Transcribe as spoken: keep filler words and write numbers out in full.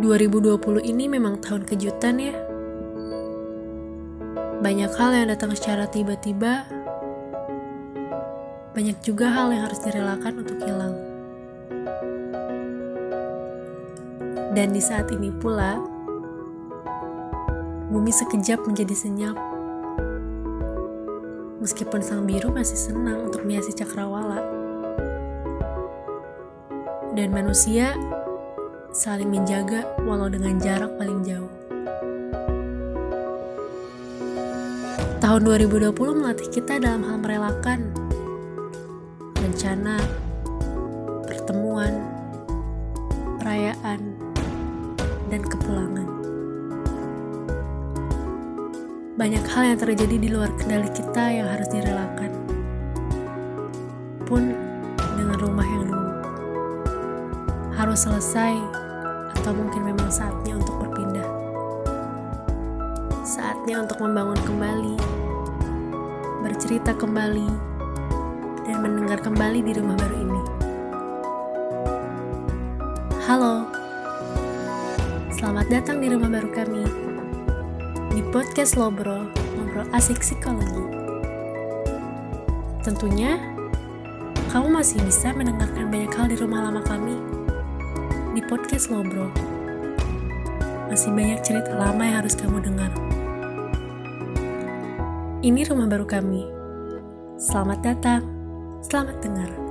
dua ribu dua puluh ini memang tahun kejutan ya. Banyak hal yang datang secara tiba-tiba. Banyak juga hal yang harus direlakan untuk hilang. Dan di saat ini pula, bumi sekejap menjadi senyap. Meskipun sang biru masih senang untuk menghiasi cakrawala. Dan manusia saling menjaga walau dengan jarak paling jauh. Tahun dua ribu dua puluh melatih kita dalam hal merelakan, rencana, pertemuan, perayaan, dan kepulangan. Banyak hal yang terjadi di luar kendali kita yang harus direlakan. Pun dengan rumah yang dulu harus selesai, atau mungkin memang saatnya untuk berpindah. Saatnya untuk membangun kembali, bercerita kembali, dan mendengar kembali di rumah baru ini. Halo, selamat datang di rumah baru kami, di podcast Lobro, Ngobrol Asik Psikologi. Tentunya, kamu masih bisa mendengarkan banyak hal di rumah lama kami, di podcast Lobro. Masih banyak cerita lama yang harus kamu dengar. Ini rumah baru kami. Selamat datang, selamat dengar.